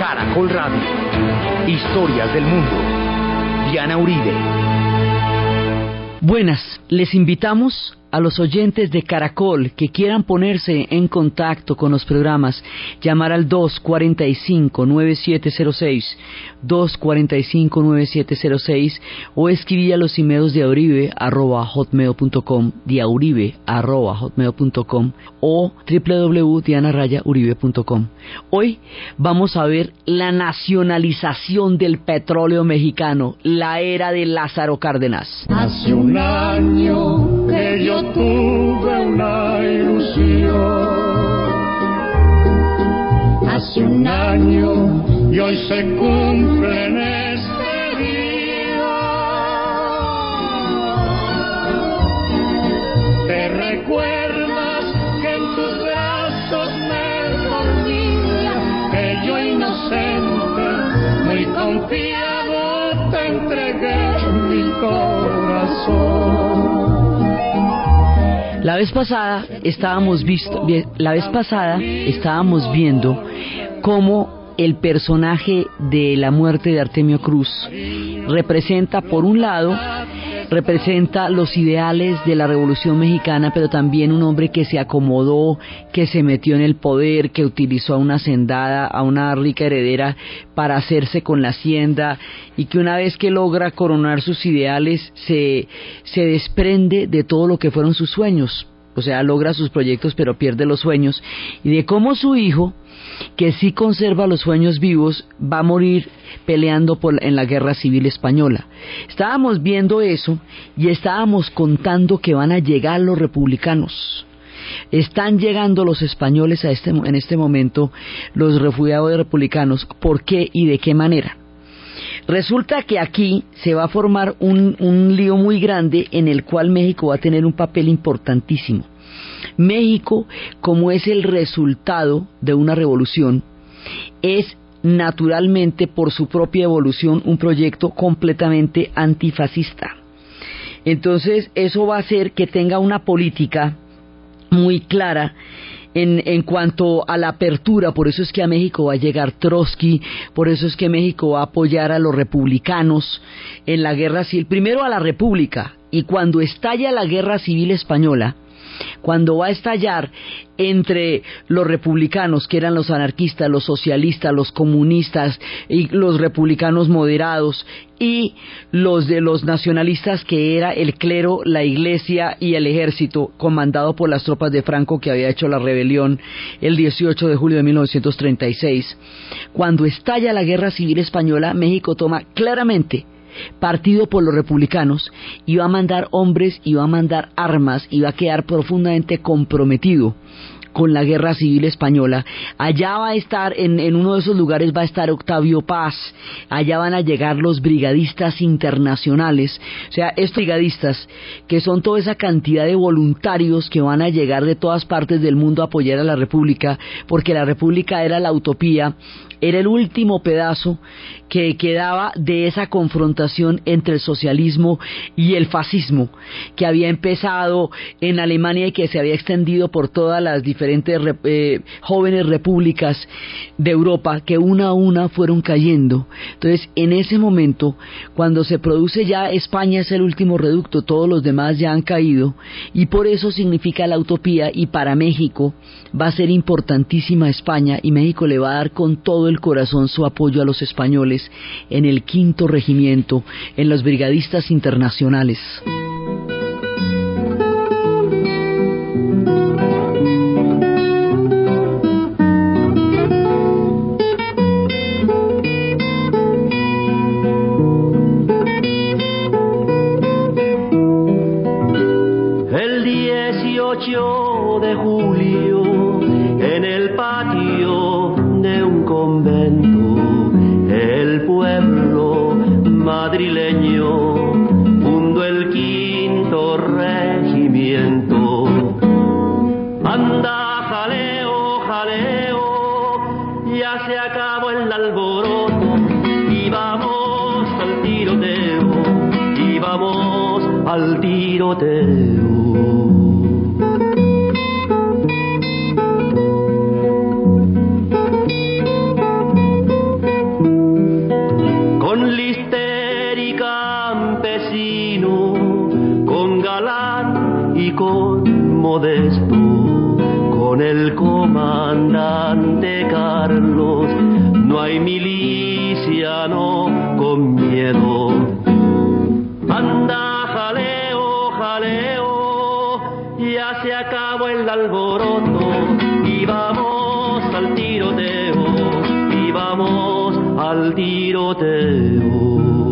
Caracol Radio. Historias del mundo. Diana Uribe. Buenas, les invitamos a los oyentes de Caracol que quieran ponerse en contacto con los programas, llamar al 245-9706, 245-9706, o escribir a los emails de auribe@hotmail.com, diauribe@hotmail.com o www.dianarayauribe.com. Hoy vamos a ver la nacionalización del petróleo mexicano, la era de Lázaro Cárdenas. Hace un año que yo tuve una ilusión, hace un año y hoy se cumple en este día. ¿Te recuerdas que en tus brazos me dormía? Que yo inocente, muy confiado, te entregué mi corazón. La vez pasada estábamos viendo cómo el personaje de la muerte de Artemio Cruz representa, por un lado, los ideales de la Revolución Mexicana, pero también un hombre que se acomodó, que se metió en el poder, que utilizó a una hacendada, a una rica heredera para hacerse con la hacienda, y que una vez que logra coronar sus ideales se desprende de todo lo que fueron sus sueños. O sea, logra sus proyectos pero pierde los sueños, y de cómo su hijo, que sí conserva los sueños vivos, va a morir peleando en la Guerra Civil Española. Estábamos viendo eso y estábamos contando que van a llegar los republicanos. Están llegando los españoles en este momento, los refugiados republicanos. ¿Por qué y de qué manera? Resulta que aquí se va a formar un lío muy grande en el cual México va a tener un papel importantísimo. México, como es el resultado de una revolución, es naturalmente, por su propia evolución, un proyecto completamente antifascista. Entonces eso va a hacer que tenga una política muy clara en cuanto a la apertura. Por eso es que a México va a llegar Trotsky, por eso es que México va a apoyar a los republicanos en la guerra civil, primero a la República, y cuando estalla la Guerra Civil Española, cuando va a estallar entre los republicanos, que eran los anarquistas, los socialistas, los comunistas y los republicanos moderados, y los de los nacionalistas, que era el clero, la iglesia y el ejército, comandado por las tropas de Franco, que había hecho la rebelión el 18 de julio de 1936. Cuando estalla la Guerra Civil Española, México toma claramente partido por los republicanos, y va a mandar hombres, y va a mandar armas, y va a quedar profundamente comprometido con la Guerra Civil Española. Allá va a estar, en uno de esos lugares va a estar Octavio Paz, allá van a llegar los brigadistas internacionales, o sea, estos brigadistas, que son toda esa cantidad de voluntarios que van a llegar de todas partes del mundo a apoyar a la República, porque la República era la utopía, era el último pedazo que quedaba de esa confrontación entre el socialismo y el fascismo, que había empezado en Alemania y que se había extendido por todas las diferentes jóvenes repúblicas de Europa, que una a una fueron cayendo. Entonces, en ese momento, cuando se produce ya, España es el último reducto, todos los demás ya han caído, y por eso significa la utopía, y para México va a ser importantísima España, y México le va a dar con todo el corazón su apoyo a los españoles en el 5º Regimiento, en los brigadistas internacionales. El 18 de julio, en el patio de un convento, el pueblo madrileño fundó el 5º Regimiento. Anda, jaleo, jaleo, ya se acabó el alboroto, y vamos al tiroteo, y vamos al tiroteo. de Carlos, no hay miliciano con miedo. Anda, jaleo, jaleo, ya se acabó el alboroto y vamos al tiroteo, y vamos al tiroteo.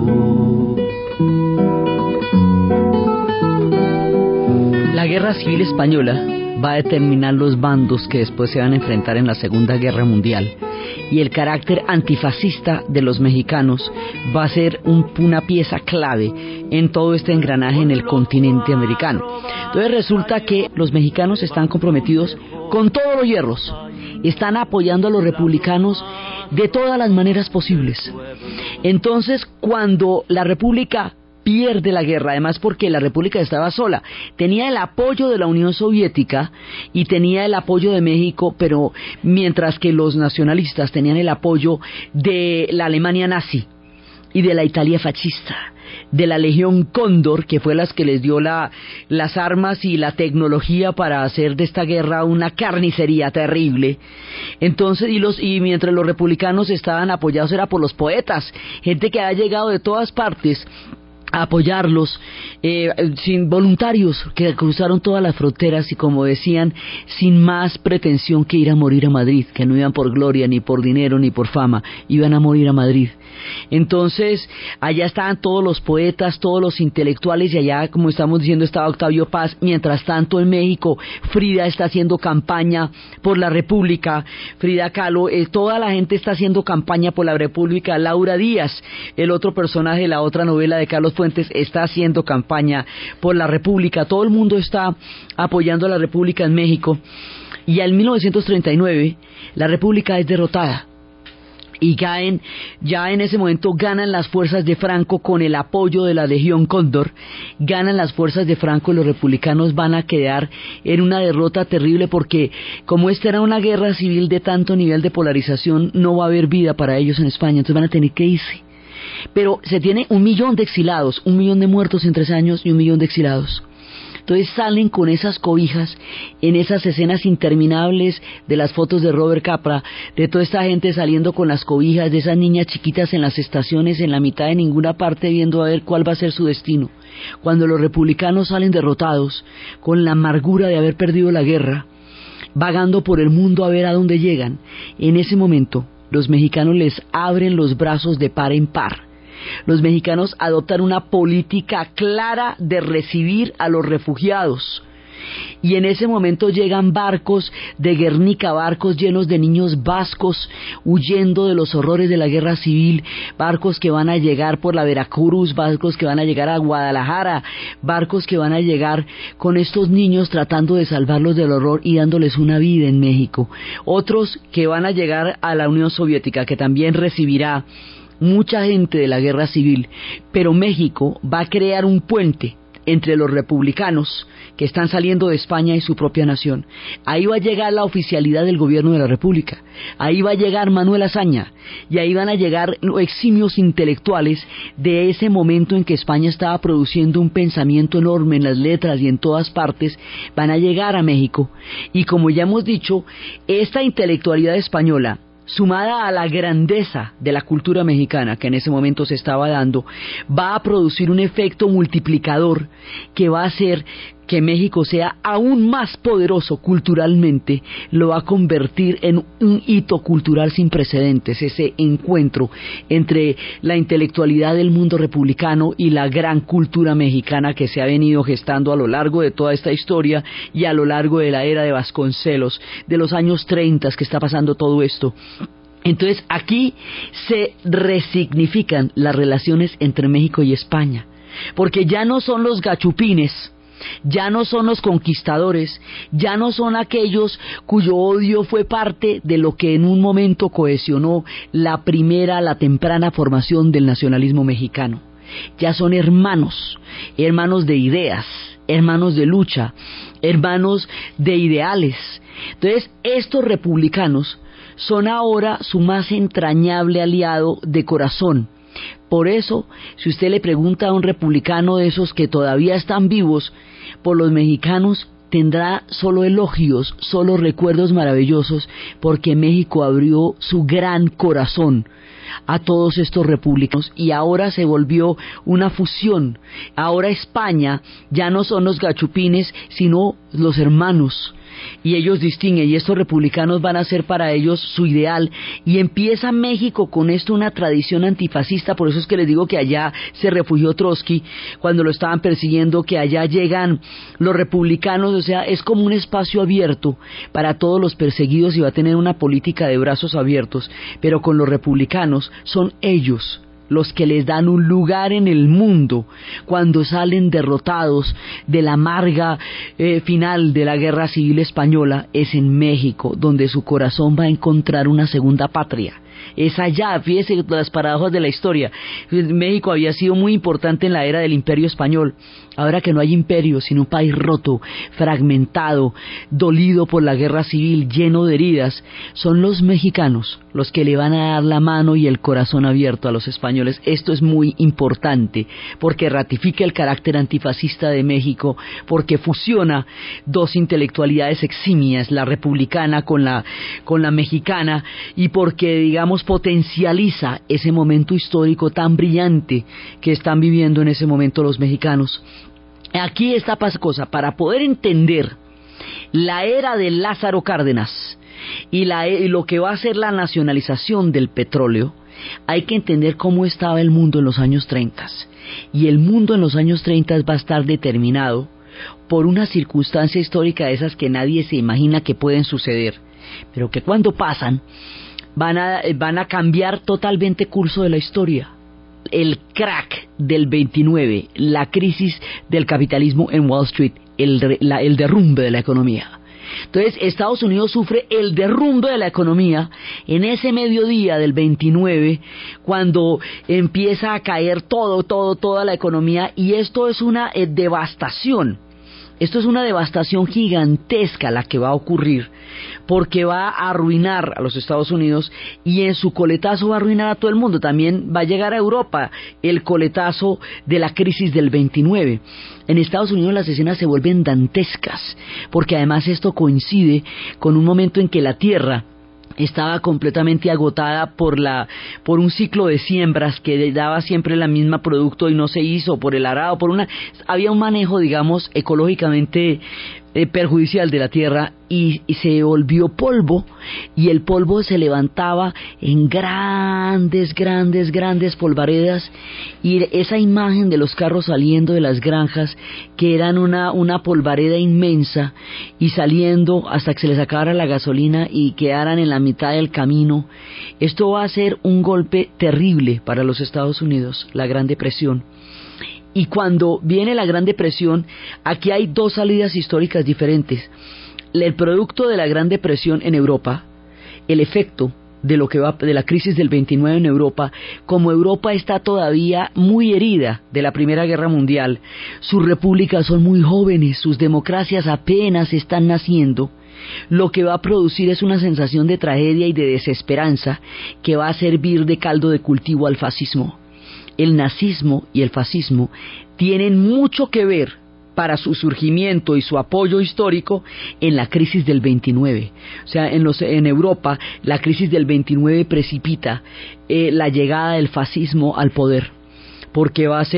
La Guerra Civil Española va a determinar los bandos que después se van a enfrentar en la Segunda Guerra Mundial, y el carácter antifascista de los mexicanos va a ser una pieza clave en todo este engranaje en el continente americano. Entonces resulta que los mexicanos están comprometidos con todos los hierros, están apoyando a los republicanos de todas las maneras posibles. Entonces, cuando la República pierde la guerra, además porque la República estaba sola, tenía el apoyo de la Unión Soviética y tenía el apoyo de México, pero mientras que los nacionalistas tenían el apoyo de la Alemania nazi y de la Italia fascista, de la Legión Cóndor, que fue las que les dio las armas y la tecnología para hacer de esta guerra una carnicería terrible. Entonces, y mientras los republicanos estaban apoyados era por los poetas, gente que había llegado de todas partes a apoyarlos, sin voluntarios que cruzaron todas las fronteras y, como decían, sin más pretensión que ir a morir a Madrid, que no iban por gloria, ni por dinero, ni por fama, iban a morir a Madrid. Entonces, allá estaban todos los poetas, todos los intelectuales, y allá, como estamos diciendo, estaba Octavio Paz. Mientras tanto, en México, Frida está haciendo campaña por la República, Frida Kahlo, toda la gente está haciendo campaña por la República. Laura Díaz, el otro personaje de la otra novela de Carlos Fuentes, está haciendo campaña por la República. Todo el mundo está apoyando a la República en México, y en 1939 la República es derrotada. Y ya en ese momento ganan las fuerzas de Franco con el apoyo de la Legión Cóndor, ganan las fuerzas de Franco, y los republicanos van a quedar en una derrota terrible, porque como esta era una guerra civil de tanto nivel de polarización, no va a haber vida para ellos en España, entonces van a tener que irse. Pero se tiene 1 millón de exilados, 1 millón de muertos en 3 años y 1 millón de exilados. Entonces salen con esas cobijas en esas escenas interminables de las fotos de Robert Capra, de toda esta gente saliendo con las cobijas, de esas niñas chiquitas en las estaciones, en la mitad de ninguna parte, viendo a ver cuál va a ser su destino. Cuando los republicanos salen derrotados, con la amargura de haber perdido la guerra, vagando por el mundo a ver a dónde llegan, en ese momento los mexicanos les abren los brazos de par en par. Los mexicanos adoptan una política clara de recibir a los refugiados, y en ese momento llegan barcos de Guernica, barcos llenos de niños vascos huyendo de los horrores de la guerra civil, barcos que van a llegar por la Veracruz, barcos que van a llegar a Guadalajara, barcos que van a llegar con estos niños tratando de salvarlos del horror y dándoles una vida en México. Otros que van a llegar a la Unión Soviética, que también recibirá mucha gente de la guerra civil, pero México va a crear un puente entre los republicanos que están saliendo de España y su propia nación. Ahí va a llegar la oficialidad del gobierno de la República, ahí va a llegar Manuel Azaña, y ahí van a llegar los eximios intelectuales de ese momento en que España estaba produciendo un pensamiento enorme en las letras y en todas partes. Van a llegar a México, y como ya hemos dicho, esta intelectualidad española, sumada a la grandeza de la cultura mexicana que en ese momento se estaba dando, va a producir un efecto multiplicador que va a hacer que México sea aún más poderoso culturalmente, lo va a convertir en un hito cultural sin precedentes, ese encuentro entre la intelectualidad del mundo republicano y la gran cultura mexicana que se ha venido gestando a lo largo de toda esta historia y a lo largo de la era de Vasconcelos, de los años 30 que está pasando todo esto. Entonces aquí se resignifican las relaciones entre México y España, porque ya no son los gachupines, ya no son los conquistadores, ya no son aquellos cuyo odio fue parte de lo que en un momento cohesionó la temprana formación del nacionalismo mexicano. Ya son hermanos, hermanos de ideas, hermanos de lucha, hermanos de ideales. Entonces, estos republicanos son ahora su más entrañable aliado de corazón. Por eso, si usted le pregunta a un republicano de esos que todavía están vivos, por los mexicanos, tendrá solo elogios, solo recuerdos maravillosos, porque México abrió su gran corazón a todos estos republicanos y ahora se volvió una fusión. Ahora España ya no son los gachupines, sino los hermanos. Y ellos distinguen, y estos republicanos van a ser para ellos su ideal, y empieza México con esto una tradición antifascista. Por eso es que les digo que allá se refugió Trotsky cuando lo estaban persiguiendo, que allá llegan los republicanos, o sea, es como un espacio abierto para todos los perseguidos y va a tener una política de brazos abiertos, pero con los republicanos son ellos los que les dan un lugar en el mundo cuando salen derrotados de la amarga final de la Guerra Civil Española. Es en México donde su corazón va a encontrar una segunda patria. Es allá, fíjese las paradojas de la historia. México había sido muy importante en la era del Imperio Español. Ahora que no hay imperio, sino un país roto, fragmentado, dolido por la guerra civil, lleno de heridas, son los mexicanos los que le van a dar la mano y el corazón abierto a los españoles. Esto es muy importante porque ratifica el carácter antifascista de México, porque fusiona dos intelectualidades eximias, la republicana con la mexicana, y porque, digamos, potencializa ese momento histórico tan brillante que están viviendo en ese momento los mexicanos. Aquí está la cosa, para poder entender la era de Lázaro Cárdenas y lo que va a ser la nacionalización del petróleo, hay que entender cómo estaba el mundo en los años 30. Y el mundo en los años 30 va a estar determinado por una circunstancia histórica de esas que nadie se imagina que pueden suceder, pero que cuando pasan van a cambiar totalmente el curso de la historia. El crack del 29, la crisis del capitalismo en Wall Street, el derrumbe de la economía. Entonces Estados Unidos sufre el derrumbe de la economía en ese mediodía del 29, cuando empieza a caer toda la economía, y esto es una devastación. Esto es una devastación gigantesca la que va a ocurrir, porque va a arruinar a los Estados Unidos y en su coletazo va a arruinar a todo el mundo. También va a llegar a Europa el coletazo de la crisis del 29. En Estados Unidos las escenas se vuelven dantescas, porque además esto coincide con un momento en que la tierra estaba completamente agotada por un ciclo de siembras que daba siempre la misma producto y no se hizo, por el arado, había un manejo, digamos, ecológicamente perjudicial de la tierra, y se volvió polvo, y el polvo se levantaba en grandes polvaredas, y esa imagen de los carros saliendo de las granjas, que eran una polvareda inmensa, y saliendo hasta que se les acabara la gasolina y quedaran en la mitad del camino. Esto va a ser un golpe terrible para los Estados Unidos, la Gran Depresión. Y cuando viene la Gran Depresión, aquí hay dos salidas históricas diferentes. El producto de la Gran Depresión en Europa, el efecto de la crisis del 29 en Europa, como Europa está todavía muy herida de la Primera Guerra Mundial, sus repúblicas son muy jóvenes, sus democracias apenas están naciendo, lo que va a producir es una sensación de tragedia y de desesperanza que va a servir de caldo de cultivo al fascismo. El nazismo y el fascismo tienen mucho que ver para su surgimiento y su apoyo histórico en la crisis del 29. O sea, en Europa la crisis del 29 precipita la llegada del fascismo al poder, porque va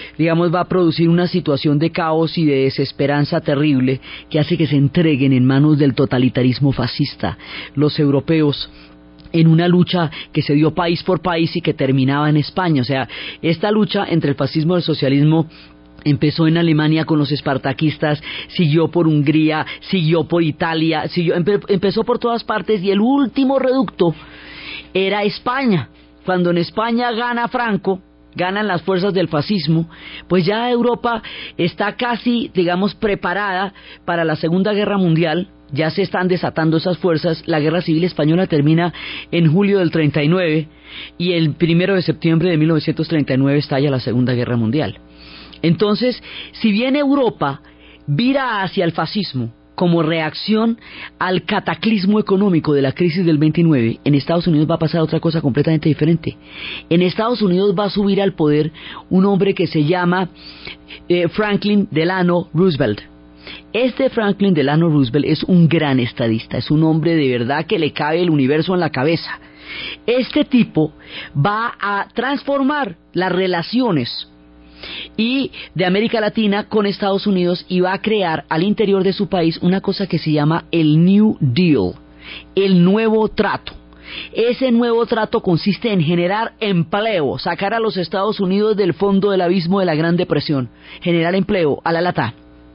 a producir una situación de caos y de desesperanza terrible que hace que se entreguen en manos del totalitarismo fascista los europeos, en una lucha que se dio país por país y que terminaba en España. O sea, esta lucha entre el fascismo y el socialismo empezó en Alemania con los espartaquistas, siguió por Hungría, siguió por Italia, empezó por todas partes, y el último reducto era España. Cuando en España gana Franco, ganan las fuerzas del fascismo, pues ya Europa está casi, digamos, preparada para la Segunda Guerra Mundial. Ya se están desatando esas fuerzas. La Guerra Civil Española termina en julio del 39 y el 1 de septiembre de 1939 estalla la Segunda Guerra Mundial. Entonces, si bien Europa vira hacia el fascismo como reacción al cataclismo económico de la crisis del 29, en Estados Unidos va a pasar otra cosa completamente diferente. En Estados Unidos va a subir al poder un hombre que se llama Franklin Delano Roosevelt. Este Franklin Delano Roosevelt es un gran estadista, es un hombre de verdad que le cabe el universo en la cabeza. Este tipo va a transformar las relaciones de América Latina con Estados Unidos y va a crear al interior de su país una cosa que se llama el New Deal, el nuevo trato. Ese nuevo trato consiste en generar empleo, sacar a los Estados Unidos del fondo del abismo de la Gran Depresión, generar empleo a la lata,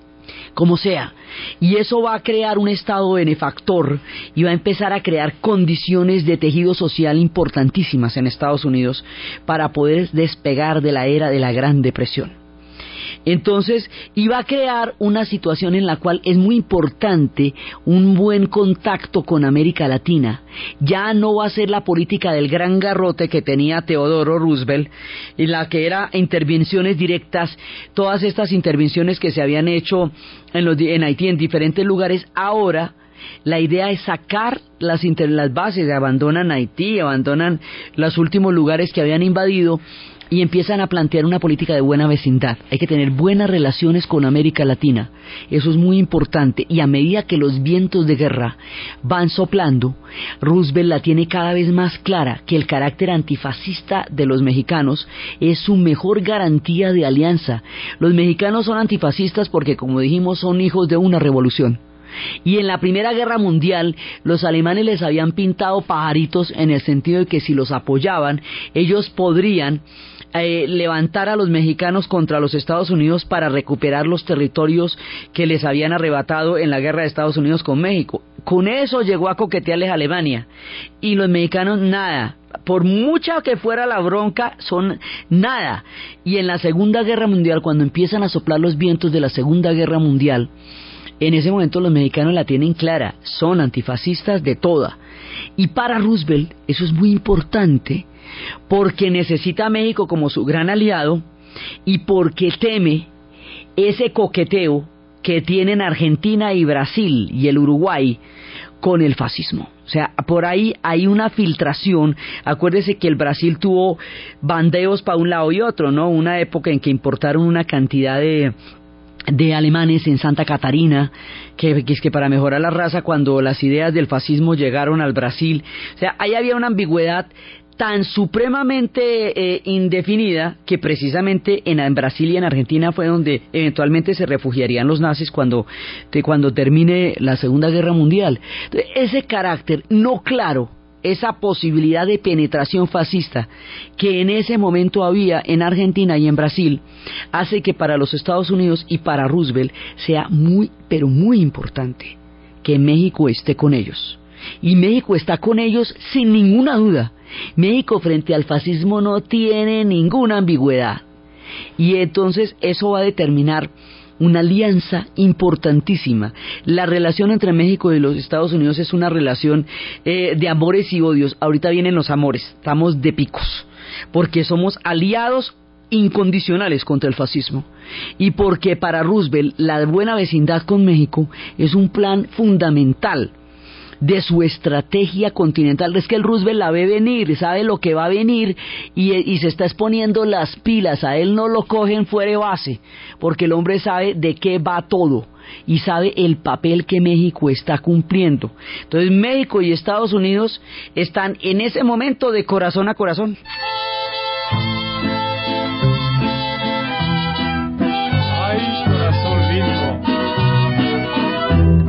como sea, y eso va a crear un estado benefactor y va a empezar a crear condiciones de tejido social importantísimas en Estados Unidos para poder despegar de la era de la Gran Depresión. Entonces iba a crear una situación en la cual es muy importante un buen contacto con América Latina. Ya no va a ser la política del gran garrote que tenía Teodoro Roosevelt, en la que era intervenciones directas, todas estas intervenciones que se habían hecho en Haití, en diferentes lugares. Ahora la idea es sacar las bases, abandonan Haití, abandonan los últimos lugares que habían invadido y empiezan a plantear una política de buena vecindad. Hay que tener buenas relaciones con América Latina, eso es muy importante, y a medida que los vientos de guerra van soplando, Roosevelt la tiene cada vez más clara, que el carácter antifascista de los mexicanos es su mejor garantía de alianza. Los mexicanos son antifascistas porque, como dijimos, son hijos de una revolución. Y en la Primera Guerra Mundial los alemanes les habían pintado pajaritos en el sentido de que si los apoyaban, ellos podrían levantar a los mexicanos contra los Estados Unidos para recuperar los territorios que les habían arrebatado en la guerra de Estados Unidos con México. Con eso llegó a coquetearles a Alemania, y los mexicanos nada, por mucha que fuera la bronca, son nada. Y en la Segunda Guerra Mundial, cuando empiezan a soplar los vientos de la Segunda Guerra Mundial, en ese momento los mexicanos la tienen clara, son antifascistas de toda. Y para Roosevelt eso es muy importante, porque necesita a México como su gran aliado y porque teme ese coqueteo que tienen Argentina y Brasil y el Uruguay con el fascismo. O sea, por ahí hay una filtración. Acuérdese que el Brasil tuvo bandeos para un lado y otro, ¿no? Una época en que importaron una cantidad de alemanes en Santa Catarina, que para mejorar la raza, cuando las ideas del fascismo llegaron al Brasil. O sea, ahí había una ambigüedad tan supremamente indefinida, que precisamente en Brasil y en Argentina fue donde eventualmente se refugiarían los nazis cuando termine la Segunda Guerra Mundial. Entonces, ese carácter no claro, esa posibilidad de penetración fascista que en ese momento había en Argentina y en Brasil, hace que para los Estados Unidos y para Roosevelt sea muy, pero muy importante que México esté con ellos. Y México está con ellos sin ninguna duda. México frente al fascismo no tiene ninguna ambigüedad. Y entonces eso va a determinar una alianza importantísima. La relación entre México y los Estados Unidos es una relación de amores y odios. Ahorita vienen los amores, estamos de picos, porque somos aliados incondicionales contra el fascismo, y porque para Roosevelt la buena vecindad con México es un plan fundamental de su estrategia continental. Es que el Roosevelt la ve venir, sabe lo que va a venir y se está exponiendo las pilas. A él no lo cogen fuera de base, porque el hombre sabe de qué va todo y sabe el papel que México está cumpliendo. Entonces México y Estados Unidos están en ese momento de corazón a corazón. Ay, corazón lindo.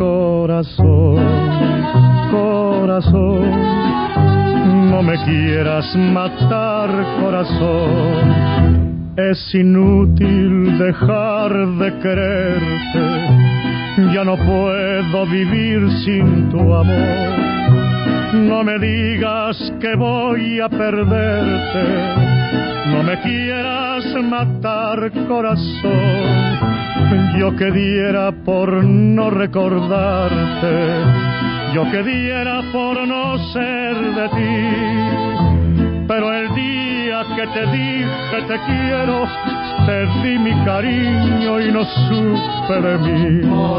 Corazón, no me quieras matar, corazón. Es inútil dejar de quererte, ya no puedo vivir sin tu amor. No me digas que voy a perderte, no me quieras matar, corazón. Yo que diera por no recordarte, yo que diera por no ser de ti, pero el día que te dije te quiero, te di mi cariño y no supe de mí.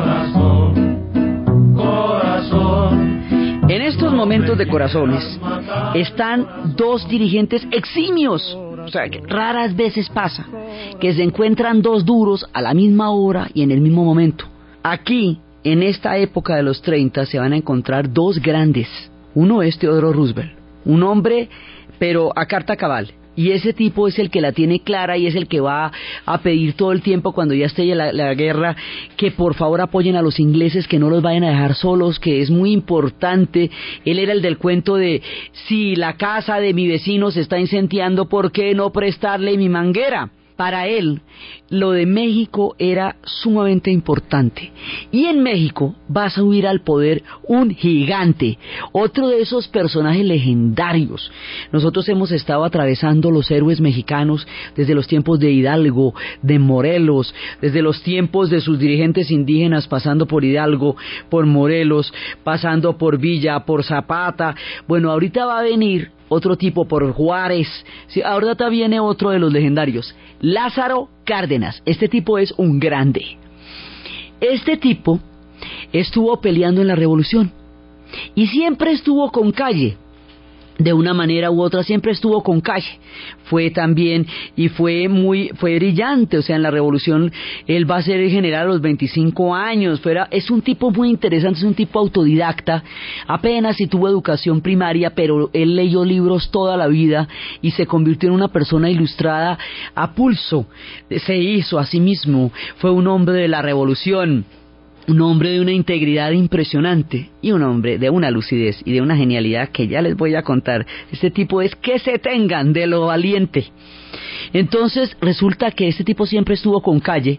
Corazón. En estos momentos de corazones están dos dirigentes eximios. O sea, que raras veces pasa que se encuentran dos duros a la misma hora y en el mismo momento. Aquí, en esta época de los 30, se van a encontrar dos grandes. Uno es Theodore Roosevelt, un hombre, pero a carta cabal. Y ese tipo es el que la tiene clara y es el que va a pedir todo el tiempo cuando ya esté la guerra que por favor apoyen a los ingleses, que no los vayan a dejar solos, que es muy importante. Él era el del cuento de si la casa de mi vecino se está incendiando, ¿por qué no prestarle mi manguera? Para él, lo de México era sumamente importante. Y en México va a subir al poder un gigante, otro de esos personajes legendarios. Nosotros hemos estado atravesando los héroes mexicanos desde los tiempos de Hidalgo, de Morelos, desde los tiempos de sus dirigentes indígenas, pasando por Hidalgo, por Morelos, pasando por Villa, por Zapata. Bueno, ahorita va a venir otro tipo por Juárez. Sí, ahorita viene otro de los legendarios, Lázaro Cárdenas. Este tipo es un grande. Este tipo estuvo peleando en la revolución y siempre estuvo con Calle. De una manera u otra siempre estuvo con Calle. Fue también, y fue brillante, o sea, en la revolución él va a ser el general a los 25 años, es un tipo muy interesante, es un tipo autodidacta, apenas si tuvo educación primaria, pero él leyó libros toda la vida y se convirtió en una persona ilustrada a pulso, se hizo a sí mismo, fue un hombre de la revolución. Un hombre de una integridad impresionante y un hombre de una lucidez y de una genialidad que ya les voy a contar. Este tipo es que se tengan de lo valiente. Entonces resulta que este tipo siempre estuvo con Calle,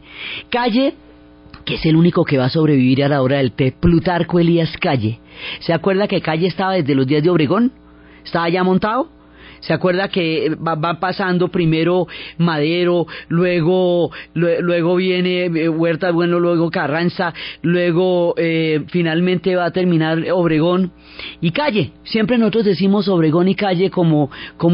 que es el único que va a sobrevivir a la hora del té, Plutarco Elías Calle. ¿Se acuerda que Calle estaba desde los días de Obregón? ¿Estaba ya montado? ¿Se acuerda que va pasando primero Madero, luego viene Huerta, bueno, luego Carranza, luego finalmente va a terminar Obregón y Calle? Siempre nosotros decimos Obregón y Calle como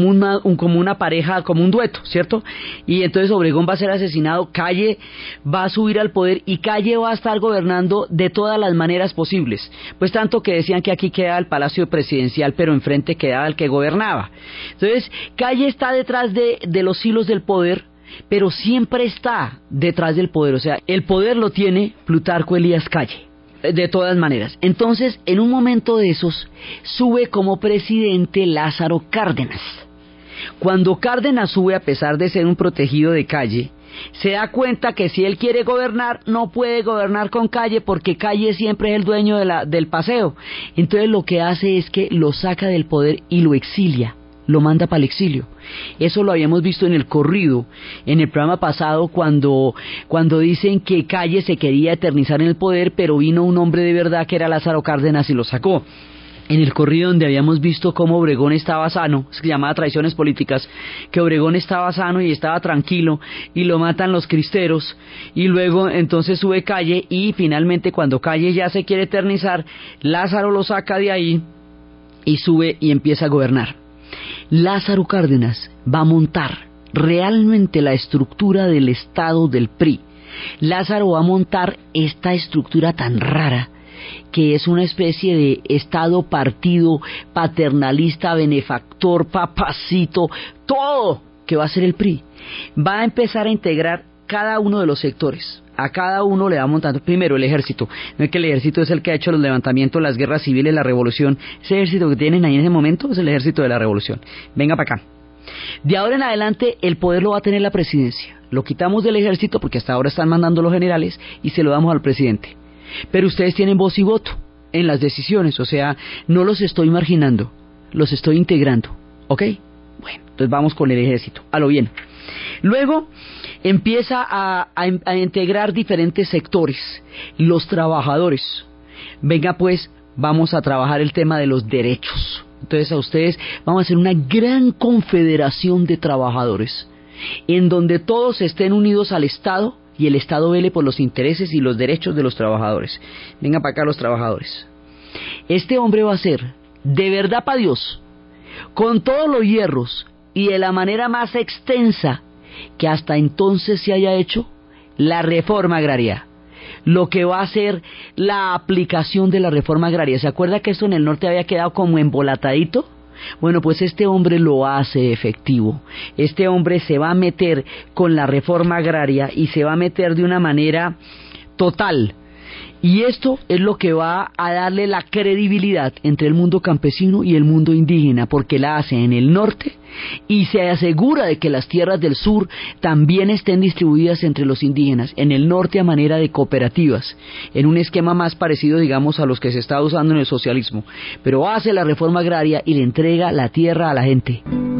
una pareja, como un dueto, ¿cierto? Y entonces Obregón va a ser asesinado, Calle va a subir al poder y Calle va a estar gobernando de todas las maneras posibles. Pues tanto que decían que aquí quedaba el Palacio Presidencial, pero enfrente quedaba el que gobernaba. Entonces, Calle está detrás de los hilos del poder, pero siempre está detrás del poder. O sea, el poder lo tiene Plutarco Elías Calle, de todas maneras. Entonces, en un momento de esos, sube como presidente Lázaro Cárdenas. Cuando Cárdenas sube, a pesar de ser un protegido de Calle, se da cuenta que si él quiere gobernar, no puede gobernar con Calle, porque Calle siempre es el dueño del paseo. Entonces lo que hace es que lo saca del poder y lo exilia, lo manda para el exilio. Eso lo habíamos visto en el corrido, en el programa pasado, cuando dicen que Calle se quería eternizar en el poder, pero vino un hombre de verdad que era Lázaro Cárdenas y lo sacó. En el corrido donde habíamos visto cómo Obregón estaba sano, se llamaba Traiciones Políticas, que Obregón estaba sano y estaba tranquilo y lo matan los cristeros, y luego entonces sube Calle y finalmente cuando Calle ya se quiere eternizar, Lázaro lo saca de ahí y sube y empieza a gobernar. Lázaro Cárdenas va a montar realmente la estructura del Estado del PRI. Lázaro va a montar esta estructura tan rara que es una especie de Estado partido paternalista, benefactor, papacito, todo que va a ser el PRI. Va a empezar a integrar cada uno de los sectores. A cada uno le va montando primero el ejército. No es que el ejército es el que ha hecho los levantamientos, las guerras civiles, la revolución. Ese ejército que tienen ahí en ese momento es el ejército de la revolución. Venga para acá. De ahora en adelante el poder lo va a tener la presidencia. Lo quitamos del ejército porque hasta ahora están mandando los generales y se lo damos al presidente. Pero ustedes tienen voz y voto en las decisiones, o sea, no los estoy marginando, los estoy integrando, ¿ok? Bueno, entonces vamos con el ejército, a lo bien. Luego empieza a integrar diferentes sectores, los trabajadores. Venga pues, vamos a trabajar el tema de los derechos. Entonces a ustedes vamos a hacer una gran confederación de trabajadores, en donde todos estén unidos al Estado, y el Estado vele por los intereses y los derechos de los trabajadores. Venga para acá los trabajadores. Este hombre va a ser, de verdad para Dios, con todos los hierros y de la manera más extensa que hasta entonces se haya hecho, la reforma agraria. Lo que va a ser la aplicación de la reforma agraria. ¿Se acuerda que esto en el norte había quedado como embolatadito? Bueno, pues este hombre lo hace efectivo. Este hombre se va a meter con la reforma agraria y se va a meter de una manera total. Y esto es lo que va a darle la credibilidad entre el mundo campesino y el mundo indígena, porque la hace en el norte y se asegura de que las tierras del sur también estén distribuidas entre los indígenas, en el norte a manera de cooperativas, en un esquema más parecido, digamos, a los que se está usando en el socialismo, pero hace la reforma agraria y le entrega la tierra a la gente.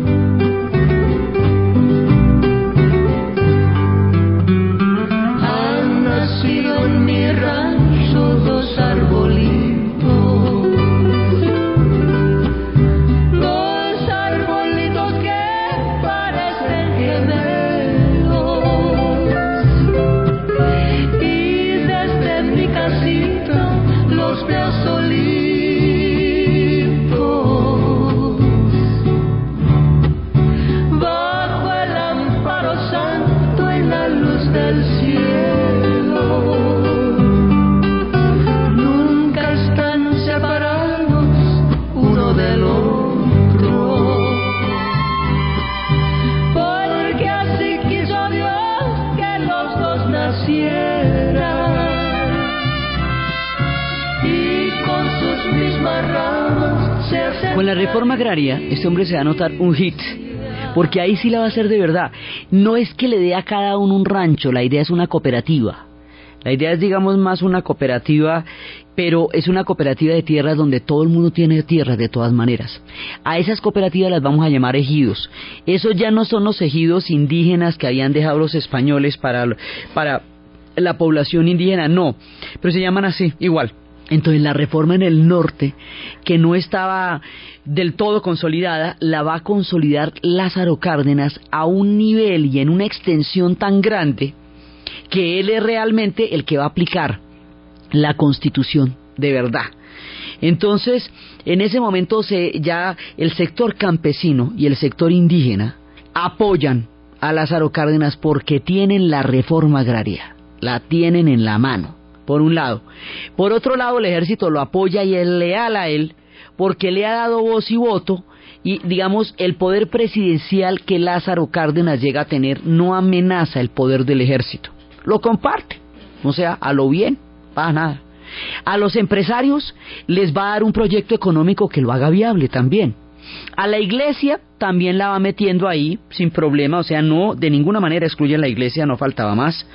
Han nacido en mi rancho dos arbolitos, Con la reforma agraria, este hombre se va a notar un hit, porque ahí sí la va a hacer de verdad. No es que le dé a cada uno un rancho, la idea es una cooperativa. La idea es, digamos, más una cooperativa, pero es una cooperativa de tierras donde todo el mundo tiene tierras de todas maneras. A esas cooperativas las vamos a llamar ejidos. Esos ya no son los ejidos indígenas que habían dejado los españoles para la población indígena, no, pero se llaman así, igual. Entonces la reforma en el norte, que no estaba del todo consolidada, la va a consolidar Lázaro Cárdenas a un nivel y en una extensión tan grande que él es realmente el que va a aplicar la Constitución de verdad. Entonces, en ese momento ya el sector campesino y el sector indígena apoyan a Lázaro Cárdenas porque tienen la reforma agraria, la tienen en la mano, por un lado. Por otro lado, el ejército lo apoya y es leal a él porque le ha dado voz y voto, y digamos el poder presidencial que Lázaro Cárdenas llega a tener no amenaza el poder del ejército, lo comparte, o sea, a lo bien, para nada. A los empresarios les va a dar un proyecto económico que lo haga viable también. A la iglesia también la va metiendo ahí sin problema, o sea, no, de ninguna manera excluye a la iglesia, no faltaba más.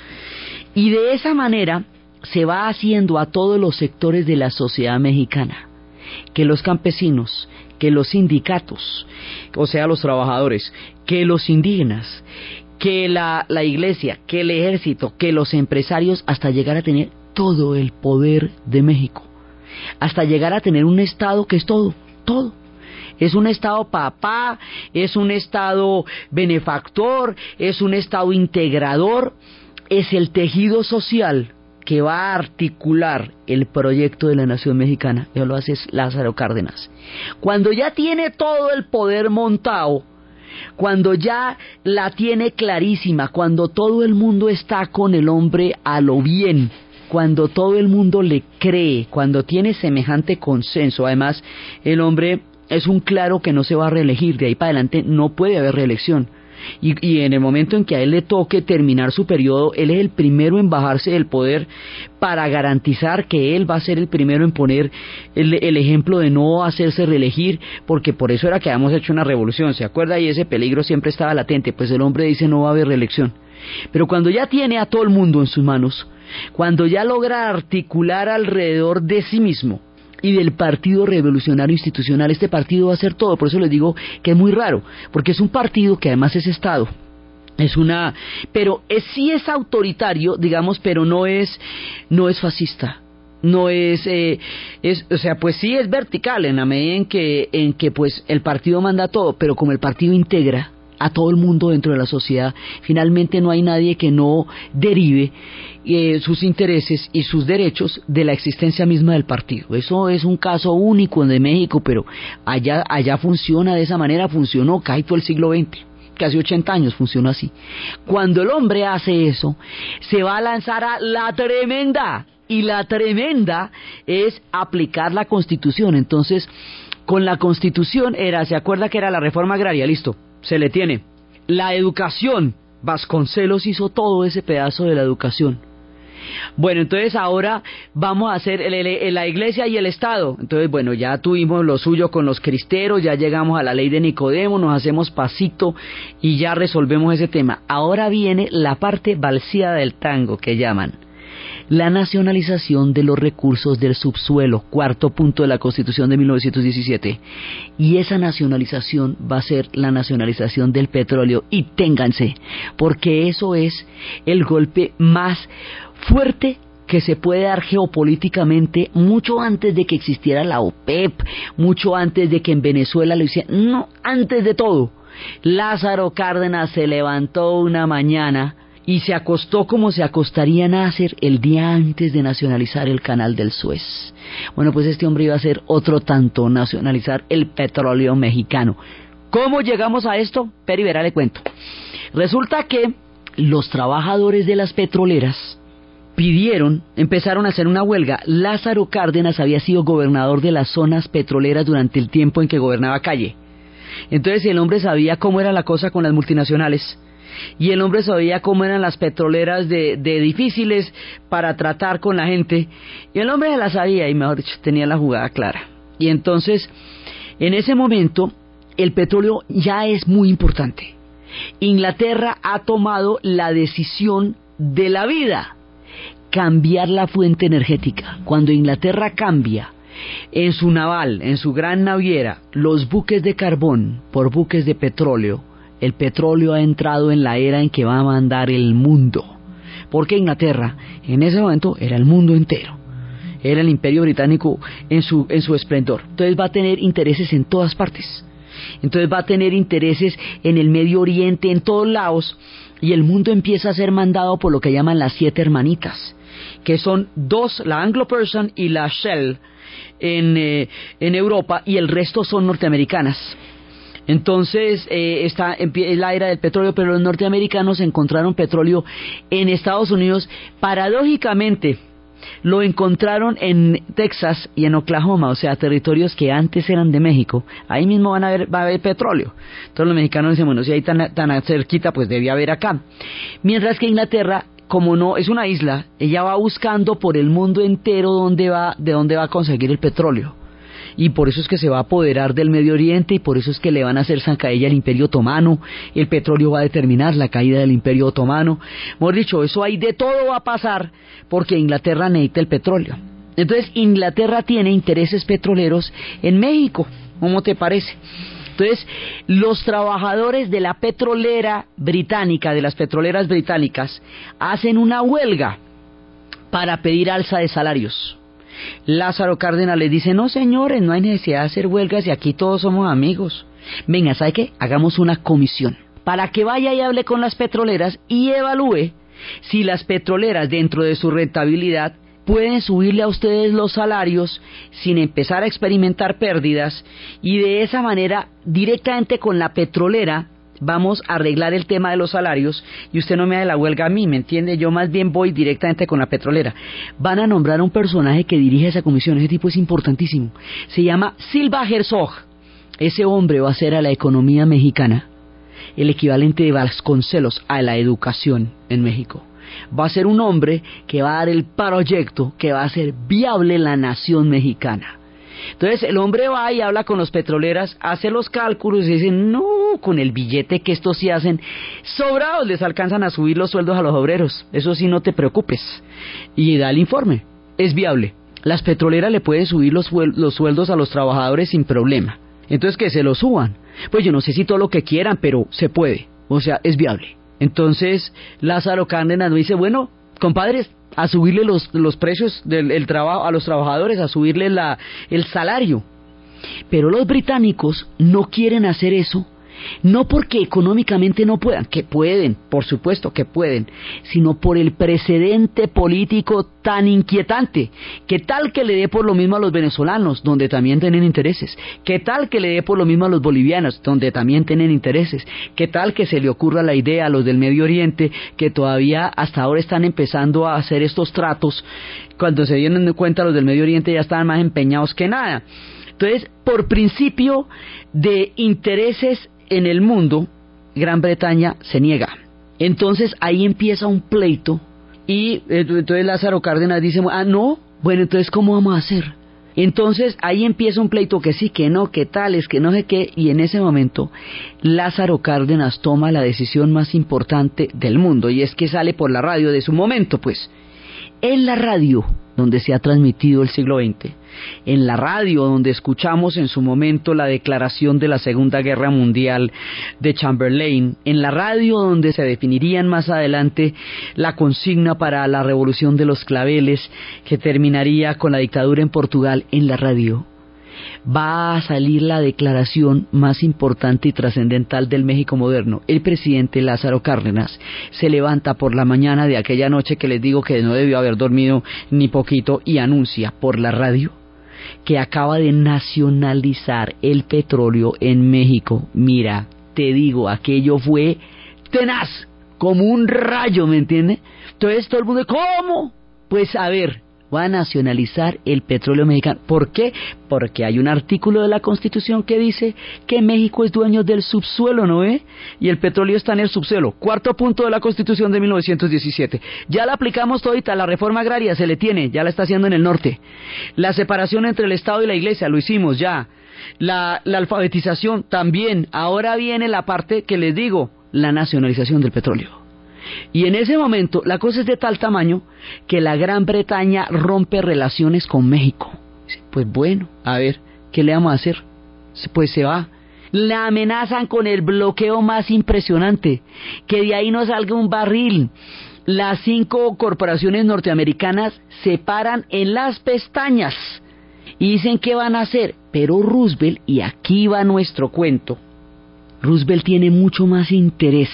Y de esa manera se va haciendo a todos los sectores de la sociedad mexicana, que los campesinos, que los sindicatos, o sea, los trabajadores, que los indígenas, que la iglesia, que el ejército, que los empresarios, hasta llegar a tener todo el poder de México, hasta llegar a tener un estado que es todo, todo. Es un estado papá, es un estado benefactor, es un estado integrador, es el tejido social que va a articular el proyecto de la nación mexicana. Eso lo hace Lázaro Cárdenas. Cuando ya tiene todo el poder montado, cuando ya la tiene clarísima, cuando todo el mundo está con el hombre a lo bien, cuando todo el mundo le cree, cuando tiene semejante consenso, además el hombre es un claro que no se va a reelegir, de ahí para adelante no puede haber reelección. Y en el momento en que a él le toque terminar su periodo, él es el primero en bajarse del poder para garantizar que él va a ser el primero en poner el ejemplo de no hacerse reelegir, porque por eso era que habíamos hecho una revolución, ¿se acuerda? Y ese peligro siempre estaba latente, pues el hombre dice no va a haber reelección. Pero cuando ya tiene a todo el mundo en sus manos, cuando ya logra articular alrededor de sí mismo y del Partido Revolucionario Institucional, este partido va a hacer todo. Por eso les digo que es muy raro, porque es un partido que además es Estado, pero sí es autoritario, digamos, pero no es fascista, no o sea, pues sí es vertical en la medida en que pues el partido manda todo, pero como el partido integra a todo el mundo dentro de la sociedad, finalmente no hay nadie que no derive sus intereses y sus derechos de la existencia misma del partido. Eso es un caso único de México, pero allá funciona de esa manera, funcionó casi todo el siglo XX, casi 80 años funcionó así. Cuando el hombre hace eso, se va a lanzar a la tremenda, y la tremenda es aplicar la Constitución. Entonces, con la Constitución ¿se acuerda que era la reforma agraria? Listo, se le tiene. La educación, Vasconcelos hizo todo ese pedazo de la educación. Bueno, entonces ahora vamos a hacer la iglesia y el Estado. Entonces, bueno, ya tuvimos lo suyo con los cristeros, ya llegamos a la ley de Nicodemo, nos hacemos pasito y ya resolvemos ese tema. Ahora viene la parte balseada del tango que llaman la nacionalización de los recursos del subsuelo, cuarto punto de la Constitución de 1917. Y esa nacionalización va a ser la nacionalización del petróleo. Y ténganse, porque eso es el golpe más fuerte que se puede dar geopolíticamente, mucho antes de que existiera la OPEP, mucho antes de que en Venezuela lo hicieran, no, antes de todo. Lázaro Cárdenas se levantó una mañana y se acostó como se acostaría Nasser el día antes de nacionalizar el canal del Suez. Bueno, pues este hombre iba a hacer otro tanto, nacionalizar el petróleo mexicano. ¿Cómo llegamos a esto? Peri Vera le cuento. Resulta que los trabajadores de las petroleras empezaron a hacer una huelga. Lázaro Cárdenas había sido gobernador de las zonas petroleras durante el tiempo en que gobernaba Calle. Entonces el hombre sabía cómo era la cosa con las multinacionales. Y el hombre sabía cómo eran las petroleras de difíciles para tratar con la gente. Y el hombre se la sabía y, mejor dicho, tenía la jugada clara. Y entonces, en ese momento, el petróleo ya es muy importante. Inglaterra ha tomado la decisión de la vida: cambiar la fuente energética. Cuando Inglaterra cambia en su naval, en su gran naviera, los buques de carbón por buques de petróleo, el petróleo ha entrado en la era en que va a mandar el mundo. Porque Inglaterra, en ese momento, era el mundo entero. Era el Imperio Británico en su esplendor. Entonces va a tener intereses en todas partes. Entonces va a tener intereses en el Medio Oriente, en todos lados. Y el mundo empieza a ser mandado por lo que llaman las 7 hermanitas, que son 2, la Anglo-Persian y la Shell en Europa, y el resto son norteamericanas. Entonces es la era del petróleo, pero los norteamericanos encontraron petróleo en Estados Unidos. Paradójicamente, lo encontraron en Texas y en Oklahoma, o sea, territorios que antes eran de México. Ahí mismo va a haber petróleo. Entonces los mexicanos dicen, bueno, si ahí tan cerquita, pues debía haber acá. Mientras que Inglaterra, como no es una isla, ella va buscando por el mundo entero de dónde va a conseguir el petróleo. Y por eso es que se va a apoderar del Medio Oriente, y por eso es que le van a hacer zancadilla al Imperio Otomano. El petróleo va a determinar la caída del Imperio Otomano. Mejor dicho, eso hay de todo va a pasar, porque Inglaterra necesita el petróleo. Entonces Inglaterra tiene intereses petroleros en México. ¿Cómo te parece? Entonces los trabajadores de la petrolera británica, de las petroleras británicas, hacen una huelga para pedir alza de salarios. Lázaro Cárdenas les dice, no señores, no hay necesidad de hacer huelgas y aquí todos somos amigos. Venga, ¿sabe qué? Hagamos una comisión para que vaya y hable con las petroleras y evalúe si las petroleras, dentro de su rentabilidad, pueden subirle a ustedes los salarios sin empezar a experimentar pérdidas, y de esa manera, directamente con la petrolera, vamos a arreglar el tema de los salarios, y usted no me hace la huelga a mí, ¿me entiende? Yo más bien voy directamente con la petrolera. Van a nombrar a un personaje que dirige esa comisión. Ese tipo es importantísimo. Se llama Silva Herzog. Ese hombre va a hacer a la economía mexicana el equivalente de Vasconcelos a la educación en México. Va a ser un hombre que va a dar el proyecto que va a hacer viable la nación mexicana. Entonces el hombre va y habla con los petroleras, hace los cálculos y dicen, no, con el billete que estos sí hacen, sobrados les alcanzan a subir los sueldos a los obreros, eso sí, no te preocupes. Y da el informe, es viable. Las petroleras le pueden subir los sueldos a los trabajadores sin problema. Entonces que se los suban. Pues yo no sé si todo lo que quieran, pero se puede, o sea, es viable. Entonces Lázaro Cárdenas dice, bueno, compadres, a subirle los precios del trabajo a los trabajadores, a subirle el salario. Pero los británicos no quieren hacer eso, no porque económicamente no puedan, que pueden, por supuesto que pueden, sino por el precedente político tan inquietante. ¿Qué tal que le dé por lo mismo a los venezolanos, donde también tienen intereses? ¿Qué tal que le dé por lo mismo a los bolivianos, donde también tienen intereses? ¿Qué tal que se le ocurra la idea a los del Medio Oriente, que todavía hasta ahora están empezando a hacer estos tratos? Cuando se dieron cuenta, los del Medio Oriente ya estaban más empeñados que nada. Entonces, por principio de intereses en el mundo, Gran Bretaña se niega. Entonces ahí empieza un pleito Y entonces Lázaro Cárdenas dice, no, bueno, entonces ¿cómo vamos a hacer? Entonces ahí empieza un pleito que sí, que no, que tales, que no sé qué, y en ese momento Lázaro Cárdenas toma la decisión más importante del mundo, y es que sale por la radio de su momento, pues. En la radio donde se ha transmitido el siglo XX, en la radio donde escuchamos en su momento la declaración de la Segunda Guerra Mundial de Chamberlain, en la radio donde se definirían más adelante la consigna para la Revolución de los Claveles que terminaría con la dictadura en Portugal, en la radio va a salir la declaración más importante y trascendental del México moderno. El presidente Lázaro Cárdenas se levanta por la mañana de aquella noche que les digo que no debió haber dormido ni poquito y anuncia por la radio que acaba de nacionalizar el petróleo en México. Mira, te digo, aquello fue tenaz, como un rayo, ¿me entiendes? Entonces todo el mundo, ¿cómo? Pues a ver, va a nacionalizar el petróleo mexicano. ¿Por qué? Porque hay un artículo de la Constitución que dice que México es dueño del subsuelo, ¿no ve? Y el petróleo está en el subsuelo. Cuarto punto de la Constitución de 1917. Ya la aplicamos todita, la reforma agraria se le tiene, ya la está haciendo en el norte. La separación entre el Estado y la Iglesia, lo hicimos ya. La alfabetización también. Ahora viene la parte que les digo, la nacionalización del petróleo. Y en ese momento la cosa es de tal tamaño que la Gran Bretaña rompe relaciones con México. Pues bueno, a ver, ¿qué le vamos a hacer? Pues se va. La amenazan con el bloqueo más impresionante, que de ahí no salga un barril. Las 5 corporaciones norteamericanas se paran en las pestañas y dicen qué van a hacer. Pero Roosevelt, y aquí va nuestro cuento, Roosevelt tiene mucho más interés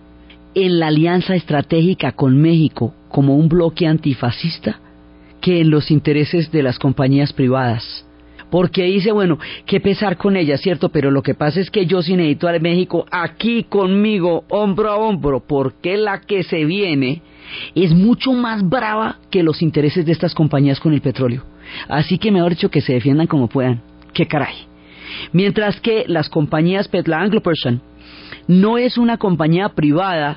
en la alianza estratégica con México como un bloque antifascista que en los intereses de las compañías privadas. Porque dice, bueno, qué pesar con ella, ¿cierto? Pero lo que pasa es que yo sí necesito a México aquí conmigo, hombro a hombro, porque la que se viene es mucho más brava que los intereses de estas compañías con el petróleo. Así que mejor dicho, que se defiendan como puedan. ¡Qué caray! Mientras que las compañías, la Anglo-Persian, no es una compañía privada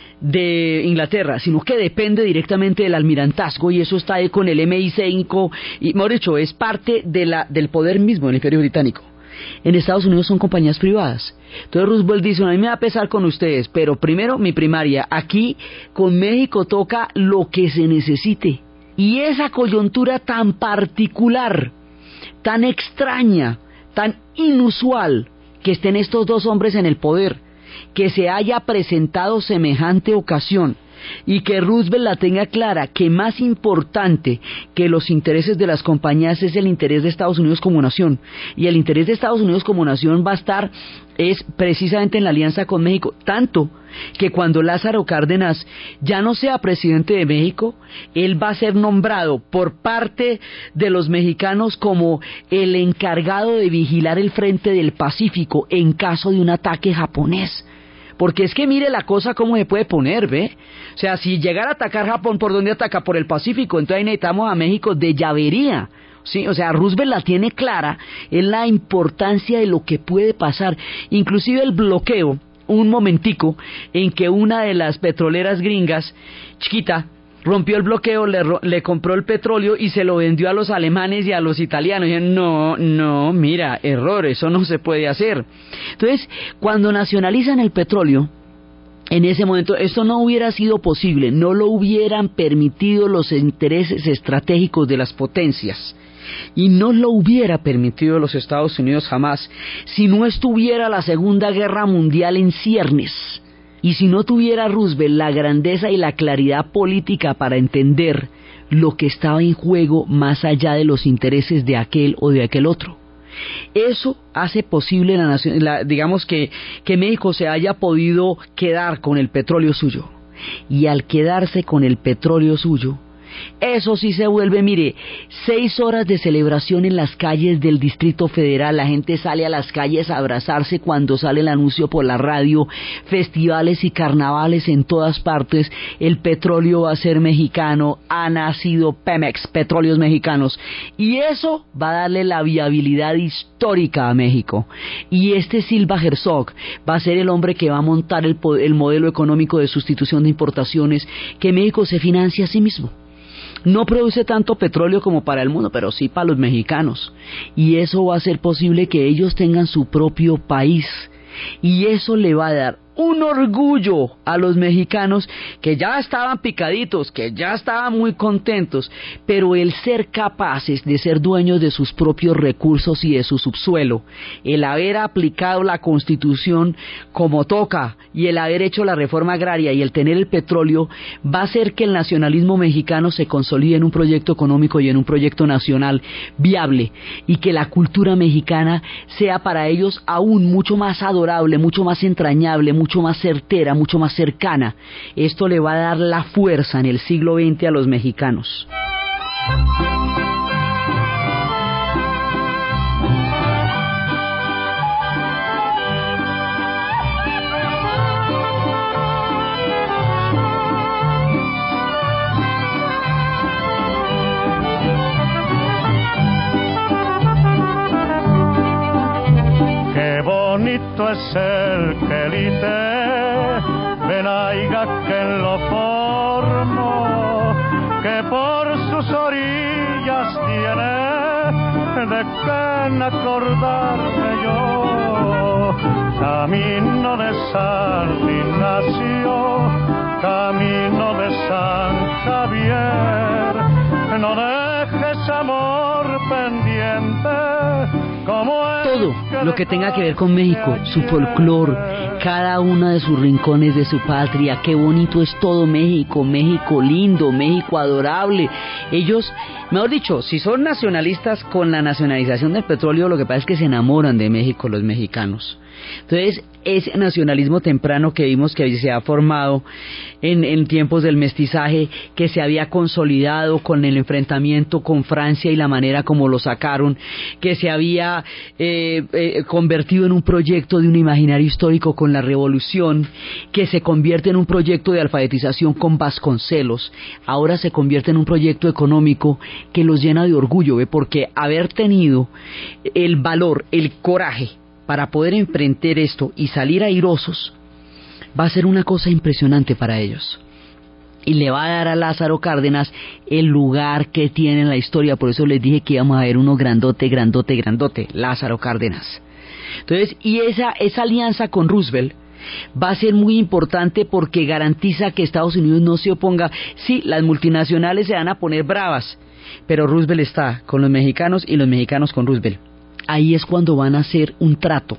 de Inglaterra, sino que depende directamente del almirantazgo, y eso está ahí con el MI5, y mejor dicho, es parte de del poder mismo del Imperio Británico. En Estados Unidos son compañías privadas. Entonces Roosevelt dice, a mí me va a pesar con ustedes, pero primero mi primaria, aquí con México toca lo que se necesite. Y esa coyuntura tan particular, tan extraña, tan inusual, que estén estos dos hombres en el poder, que se haya presentado semejante ocasión y que Roosevelt la tenga clara, que más importante que los intereses de las compañías es el interés de Estados Unidos como nación, y el interés de Estados Unidos como nación va a estar es precisamente en la alianza con México, tanto que cuando Lázaro Cárdenas ya no sea presidente de México, él va a ser nombrado por parte de los mexicanos como el encargado de vigilar el frente del Pacífico en caso de un ataque japonés. Porque es que mire la cosa cómo se puede poner, ¿ve? O sea, si llegara a atacar Japón, ¿por dónde ataca? Por el Pacífico. Entonces ahí necesitamos a México de llavería. Sí, o sea, Roosevelt la tiene clara en la importancia de lo que puede pasar. Inclusive el bloqueo, un momentico, en que una de las petroleras gringas, chiquita, rompió el bloqueo, le compró el petróleo y se lo vendió a los alemanes y a los italianos. Y no, mira, error, eso no se puede hacer. Entonces, cuando nacionalizan el petróleo, en ese momento, esto no hubiera sido posible, no lo hubieran permitido los intereses estratégicos de las potencias. Y no lo hubiera permitido los Estados Unidos jamás, si no estuviera la Segunda Guerra Mundial en ciernes. Y si no tuviera Roosevelt la grandeza y la claridad política para entender lo que estaba en juego más allá de los intereses de aquel o de aquel otro. Eso hace posible digamos que México se haya podido quedar con el petróleo suyo. Y al quedarse con el petróleo suyo, Eso sí se vuelve, mire, 6 horas de celebración en las calles del Distrito Federal, la gente sale a las calles a abrazarse cuando sale el anuncio por la radio, festivales y carnavales en todas partes, el petróleo va a ser mexicano, ha nacido Pemex, Petróleos Mexicanos, y eso va a darle la viabilidad histórica a México. Y este Silva Herzog va a ser el hombre que va a montar el modelo económico de sustitución de importaciones, que México se financia a sí mismo. No produce tanto petróleo como para el mundo, pero sí para los mexicanos. Y eso va a hacer posible que ellos tengan su propio país. Y eso le va a dar un orgullo a los mexicanos que ya estaban picaditos, que ya estaban muy contentos, pero el ser capaces de ser dueños de sus propios recursos y de su subsuelo, el haber aplicado la Constitución como toca y el haber hecho la reforma agraria y el tener el petróleo, va a hacer que el nacionalismo mexicano se consolide en un proyecto económico y en un proyecto nacional viable, y que la cultura mexicana sea para ellos aún mucho más adorable, mucho más entrañable, mucho más certera, mucho más cercana. Esto le va a dar la fuerza en el siglo XX a los mexicanos. Qué bonito es el quelite, venaiga que lo formo, que por sus orillas tiene de qué acordarme yo. Camino de San Ignacio, camino de San Javier, no dejes amor pendiente. Todo lo que tenga que ver con México, su folclor, cada uno de sus rincones de su patria, qué bonito es todo México, México lindo, México adorable. Ellos, mejor dicho, si son nacionalistas con la nacionalización del petróleo, lo que pasa es que se enamoran de México los mexicanos. Entonces, ese nacionalismo temprano que vimos que se ha formado en tiempos del mestizaje, que se había consolidado con el enfrentamiento con Francia y la manera como lo sacaron, que se había convertido en un proyecto de un imaginario histórico con la revolución, que se convierte en un proyecto de alfabetización con Vasconcelos, ahora se convierte en un proyecto económico que los llena de orgullo, porque haber tenido el valor, el coraje para poder emprender esto y salir airosos, va a ser una cosa impresionante para ellos. Y le va a dar a Lázaro Cárdenas el lugar que tiene en la historia. Por eso les dije que íbamos a ver uno grandote, grandote, grandote, Lázaro Cárdenas. Entonces, y esa alianza con Roosevelt va a ser muy importante porque garantiza que Estados Unidos no se oponga. Sí, las multinacionales se van a poner bravas, pero Roosevelt está con los mexicanos y los mexicanos con Roosevelt. Ahí es cuando van a hacer un trato,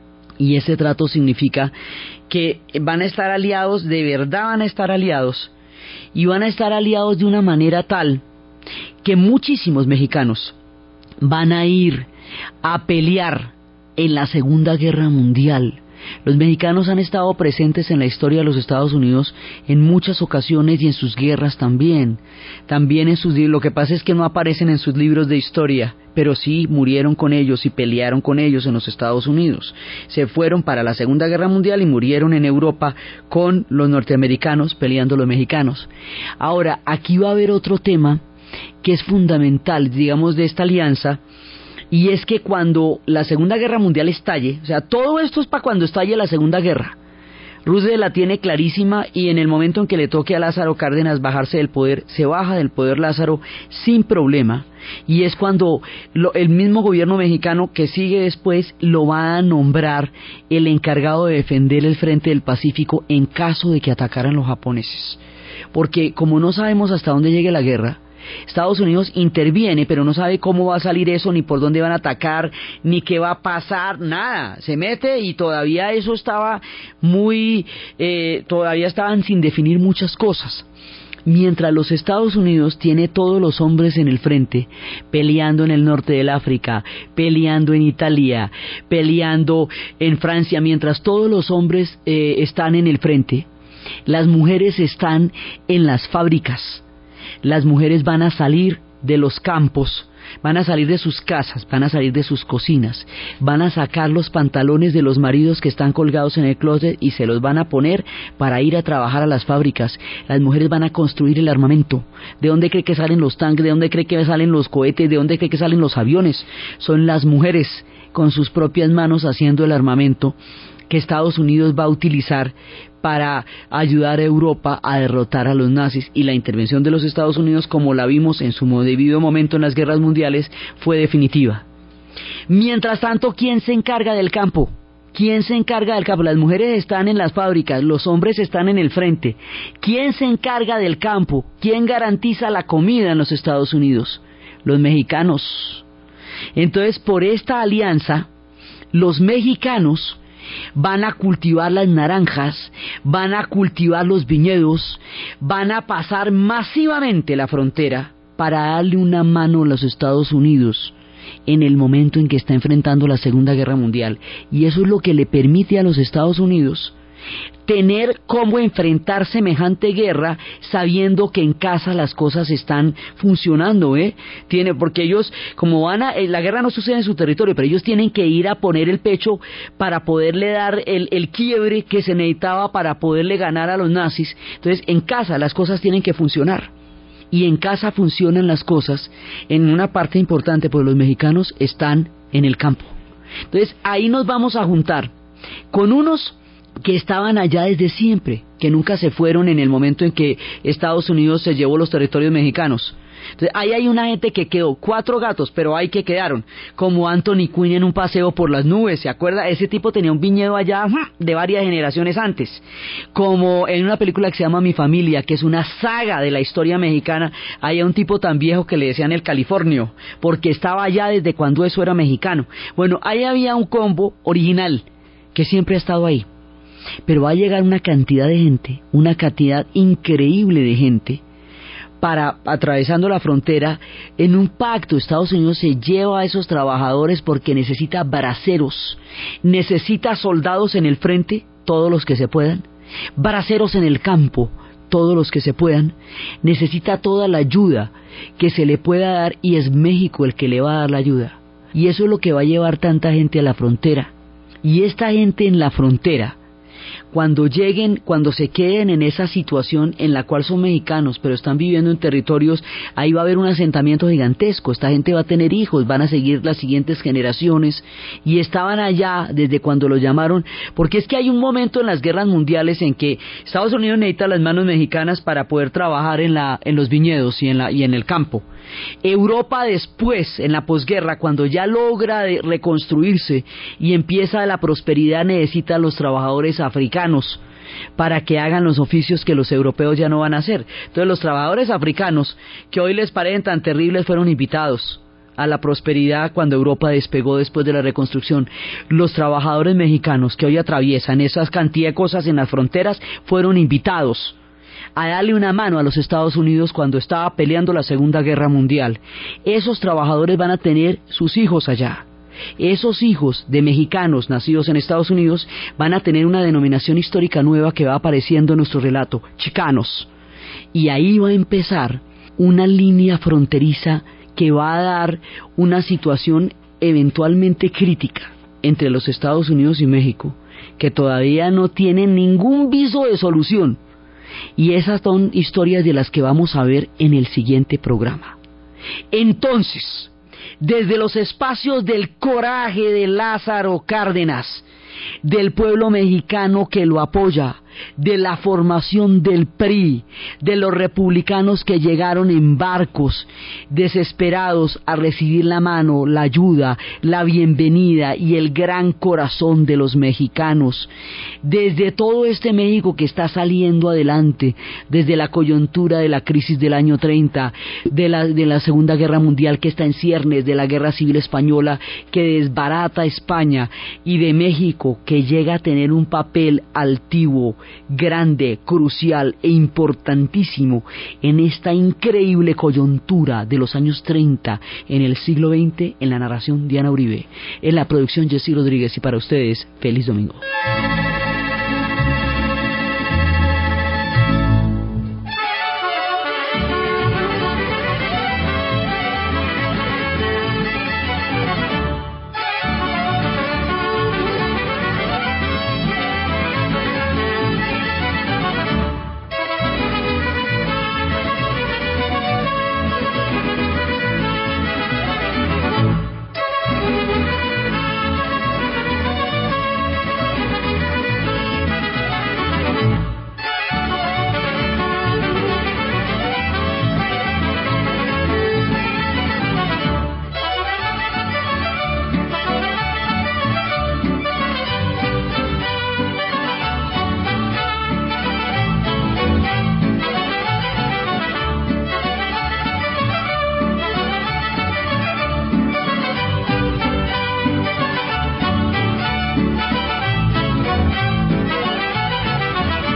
y ese trato significa que van a estar aliados, de verdad van a estar aliados, y van a estar aliados de una manera tal que muchísimos mexicanos van a ir a pelear en la Segunda Guerra Mundial. Los mexicanos han estado presentes en la historia de los Estados Unidos en muchas ocasiones y en sus guerras también en sus libros. Lo que pasa es que no aparecen en sus libros de historia, pero sí murieron con ellos y pelearon con ellos en los Estados Unidos. Se fueron para la Segunda Guerra Mundial y murieron en Europa con los norteamericanos peleando los mexicanos. Ahora, aquí va a haber otro tema que es fundamental, digamos, de esta alianza. Y es que cuando la Segunda Guerra Mundial estalle, o sea, todo esto es para cuando estalle la Segunda Guerra. Roosevelt la tiene clarísima, y en el momento en que le toque a Lázaro Cárdenas bajarse del poder, se baja del poder Lázaro sin problema. Y es cuando el mismo gobierno mexicano que sigue después lo va a nombrar el encargado de defender el frente del Pacífico en caso de que atacaran los japoneses. Porque como no sabemos hasta dónde llegue la guerra, Estados Unidos interviene, pero no sabe cómo va a salir eso, ni por dónde van a atacar, ni qué va a pasar, nada. Se mete y todavía eso estaba todavía estaban sin definir muchas cosas. Mientras los Estados Unidos tiene todos los hombres en el frente, peleando en el norte del África, peleando en Italia, peleando en Francia, mientras todos los hombres están en el frente, las mujeres están en las fábricas, las mujeres van a salir de los campos, van a salir de sus casas, van a salir de sus cocinas, van a sacar los pantalones de los maridos que están colgados en el closet y se los van a poner para ir a trabajar a las fábricas. Las mujeres van a construir el armamento. ¿De dónde cree que salen los tanques? ¿De dónde cree que salen los cohetes? ¿De dónde cree que salen los aviones? Son las mujeres con sus propias manos haciendo el armamento que Estados Unidos va a utilizar para ayudar a Europa a derrotar a los nazis, y la intervención de los Estados Unidos, como la vimos en su debido momento en las guerras mundiales, fue definitiva. Mientras tanto, ¿quién se encarga del campo? ¿Quién se encarga del campo? Las mujeres están en las fábricas, los hombres están en el frente. ¿Quién se encarga del campo? ¿Quién garantiza la comida en los Estados Unidos? Los mexicanos. Entonces, por esta alianza, los mexicanos van a cultivar las naranjas, van a cultivar los viñedos, van a pasar masivamente la frontera para darle una mano a los Estados Unidos en el momento en que está enfrentando la Segunda Guerra Mundial. Y eso es lo que le permite a los Estados Unidos tener cómo enfrentar semejante guerra sabiendo que en casa las cosas están funcionando, porque ellos, como van a, la guerra no sucede en su territorio, pero ellos tienen que ir a poner el pecho para poderle dar el quiebre que se necesitaba para poderle ganar a los nazis. Entonces, en casa las cosas tienen que funcionar. Y en casa funcionan las cosas en una parte importante, porque los mexicanos están en el campo. Entonces, ahí nos vamos a juntar con unos que estaban allá desde siempre, que nunca se fueron en el momento en que Estados Unidos se llevó los territorios mexicanos. Entonces, ahí hay una gente que quedó, 4 gatos, pero hay que quedaron, como Anthony Quinn en Un paseo por las nubes, ¿se acuerda? Ese tipo tenía un viñedo allá de varias generaciones antes, como en una película que se llama Mi Familia, que es una saga de la historia mexicana. Hay un tipo tan viejo que le decían el Californio, porque estaba allá desde cuando eso era mexicano. Bueno, ahí había un combo original, que siempre ha estado ahí. Pero va a llegar una cantidad de gente, una cantidad increíble de gente, atravesando la frontera, en un pacto. Estados Unidos se lleva a esos trabajadores porque necesita braceros, necesita soldados en el frente, todos los que se puedan, braceros en el campo, todos los que se puedan, necesita toda la ayuda que se le pueda dar, y es México el que le va a dar la ayuda. Y eso es lo que va a llevar tanta gente a la frontera. Y esta gente en la frontera, cuando lleguen, cuando se queden en esa situación en la cual son mexicanos, pero están viviendo en territorios, ahí va a haber un asentamiento gigantesco. Esta gente va a tener hijos, van a seguir las siguientes generaciones, y estaban allá desde cuando los llamaron, porque es que hay un momento en las guerras mundiales en que Estados Unidos necesita las manos mexicanas para poder trabajar en los viñedos y en el campo. Europa después, en la posguerra, cuando ya logra reconstruirse y empieza la prosperidad, necesita a los trabajadores africanos para que hagan los oficios que los europeos ya no van a hacer. Entonces, los trabajadores africanos, que hoy les parecen tan terribles, fueron invitados a la prosperidad cuando Europa despegó después de la reconstrucción. Los trabajadores mexicanos que hoy atraviesan esas cantidad de cosas en las fronteras fueron invitados a darle una mano a los Estados Unidos cuando estaba peleando la Segunda Guerra Mundial. Esos trabajadores van a tener sus hijos allá. Esos hijos de mexicanos nacidos en Estados Unidos van a tener una denominación histórica nueva que va apareciendo en nuestro relato, chicanos. Y ahí va a empezar una línea fronteriza que va a dar una situación eventualmente crítica entre los Estados Unidos y México, que todavía no tiene ningún viso de solución. Y esas son historias de las que vamos a ver en el siguiente programa. Entonces, desde los espacios del coraje de Lázaro Cárdenas, del pueblo mexicano que lo apoya, de la formación del PRI, de los republicanos que llegaron en barcos desesperados a recibir la mano, la ayuda, la bienvenida y el gran corazón de los mexicanos, desde todo este México que está saliendo adelante, desde la coyuntura de la crisis del año 30, de la Segunda Guerra Mundial que está en ciernes, de la Guerra Civil Española que desbarata España, y de México que llega a tener un papel altivo, grande, crucial e importantísimo en esta increíble coyuntura de los años 30 en el siglo XX. En la narración, Diana Uribe, en la producción, Jessy Rodríguez, y para ustedes, feliz domingo.